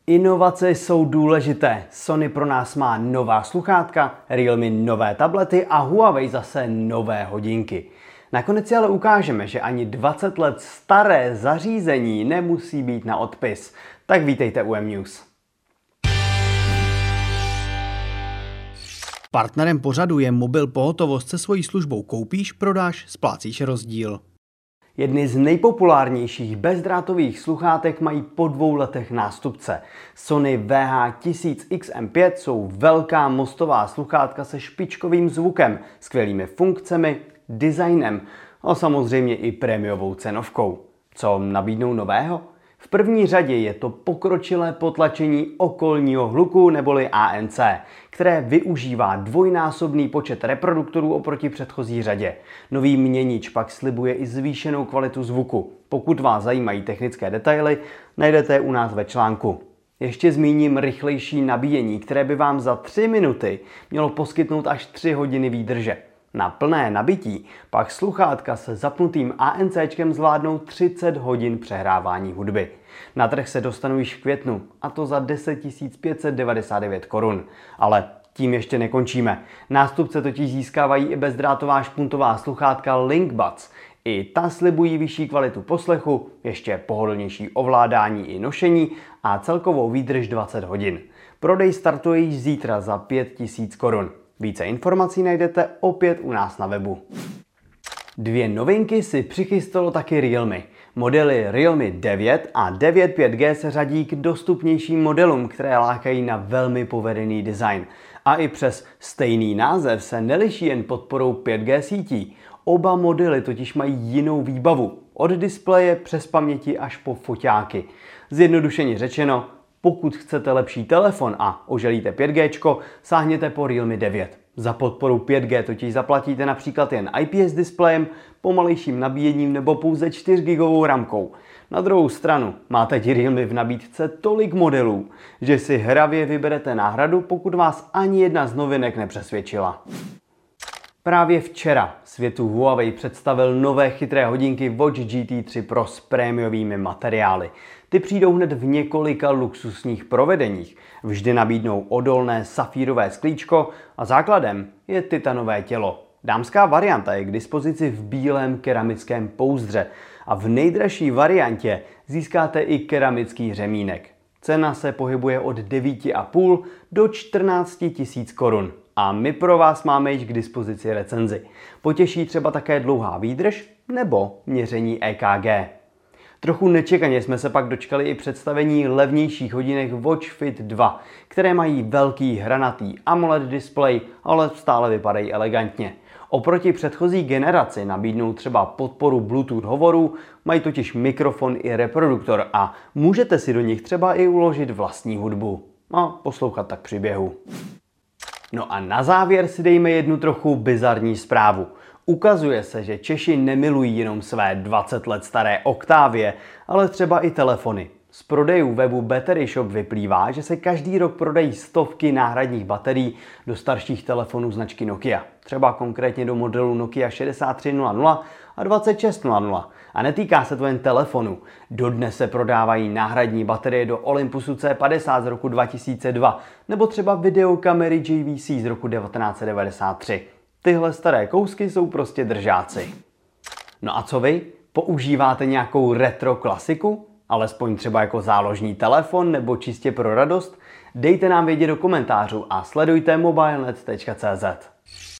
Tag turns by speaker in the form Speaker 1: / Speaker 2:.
Speaker 1: Inovace jsou důležité. Sony pro nás má nová sluchátka, Realme nové tablety a Huawei zase nové hodinky. Nakonec si ale ukážeme, že ani 20 let staré zařízení nemusí být na odpis. Tak vítejte u M-News. Partnerem pořadu je Mobil Pohotovost se svojí službou koupíš, prodáš, splácíš rozdíl. Jedny z nejpopulárnějších bezdrátových sluchátek mají po 2 letech nástupce. Sony VH1000XM5 jsou velká mostová sluchátka se špičkovým zvukem, skvělými funkcemi, designem a samozřejmě i prémiovou cenovkou. Co nabídnou nového? V první řadě je to pokročilé potlačení okolního hluku neboli ANC, které využívá dvojnásobný počet reproduktorů oproti předchozí řadě. Nový měnič pak slibuje i zvýšenou kvalitu zvuku. Pokud vás zajímají technické detaily, najdete je u nás ve článku. Ještě zmíním rychlejší nabíjení, které by vám za 3 minuty mělo poskytnout až 3 hodiny výdrže. Na plné nabití pak sluchátka se zapnutým ANCčkem zvládnou 30 hodin přehrávání hudby. Na trh se dostanou již v květnu, a to za 10 599 korun. Ale tím ještě nekončíme. Nástupce totiž získávají i bezdrátová špuntová sluchátka LinkBuds. I ta slibují vyšší kvalitu poslechu, ještě pohodlnější ovládání i nošení a celkovou výdrž 20 hodin. Prodej startuje již zítra za 5 000 korun. Více informací najdete opět u nás na webu. 2 novinky si přichystalo taky Realme. Modely Realme 9 a 9 5G se řadí k dostupnějším modelům, které lákají na velmi povedený design. A i přes stejný název se neliší jen podporou 5G sítí. Oba modely totiž mají jinou výbavu. Od displeje přes paměti až po foťáky. Zjednodušeně řečeno, pokud chcete lepší telefon a oželíte 5G, sáhněte po Realme 9. Za podporu 5G totiž zaplatíte například jen IPS displejem, pomalejším nabíjením nebo pouze 4 GB ramkou. Na druhou stranu má teď Realme v nabídce tolik modelů, že si hravě vyberete náhradu, pokud vás ani jedna z novinek nepřesvědčila. Právě včera světu Huawei představil nové chytré hodinky Watch GT3 Pro s prémiovými materiály. Ty přijdou hned v několika luxusních provedeních. Vždy nabídnou odolné safírové sklíčko a základem je titanové tělo. Dámská varianta je k dispozici v bílém keramickém pouzdře a v nejdražší variantě získáte i keramický řemínek. Cena se pohybuje od 9,5 do 14 000 korun. A my pro vás máme již k dispozici recenzi. Potěší třeba také dlouhá výdrž nebo měření EKG. Trochu nečekaně jsme se pak dočkali i představení levnějších hodinek Watch Fit 2, které mají velký hranatý AMOLED displej, ale stále vypadají elegantně. Oproti předchozí generaci nabídnou třeba podporu Bluetooth hovorů, mají totiž mikrofon i reproduktor a můžete si do nich třeba i uložit vlastní hudbu a poslouchat tak příběhu. No a na závěr si dejme jednu trochu bizarní zprávu. Ukazuje se, že Češi nemilují jenom své 20 let staré Octavie, ale třeba i telefony. Z prodejů webu Battery Shop vyplývá, že se každý rok prodají stovky náhradních baterií do starších telefonů značky Nokia. Třeba konkrétně do modelu Nokia 6300 a 2600. A netýká se to jen telefonu. Dodnes se prodávají náhradní baterie do Olympusu C50 z roku 2002 nebo třeba videokamery JVC z roku 1993. Tyhle staré kousky jsou prostě držáci. No a co vy? Používáte nějakou retro klasiku? Alespoň třeba jako záložní telefon nebo čistě pro radost? Dejte nám vědět do komentářů a sledujte mobilenet.cz.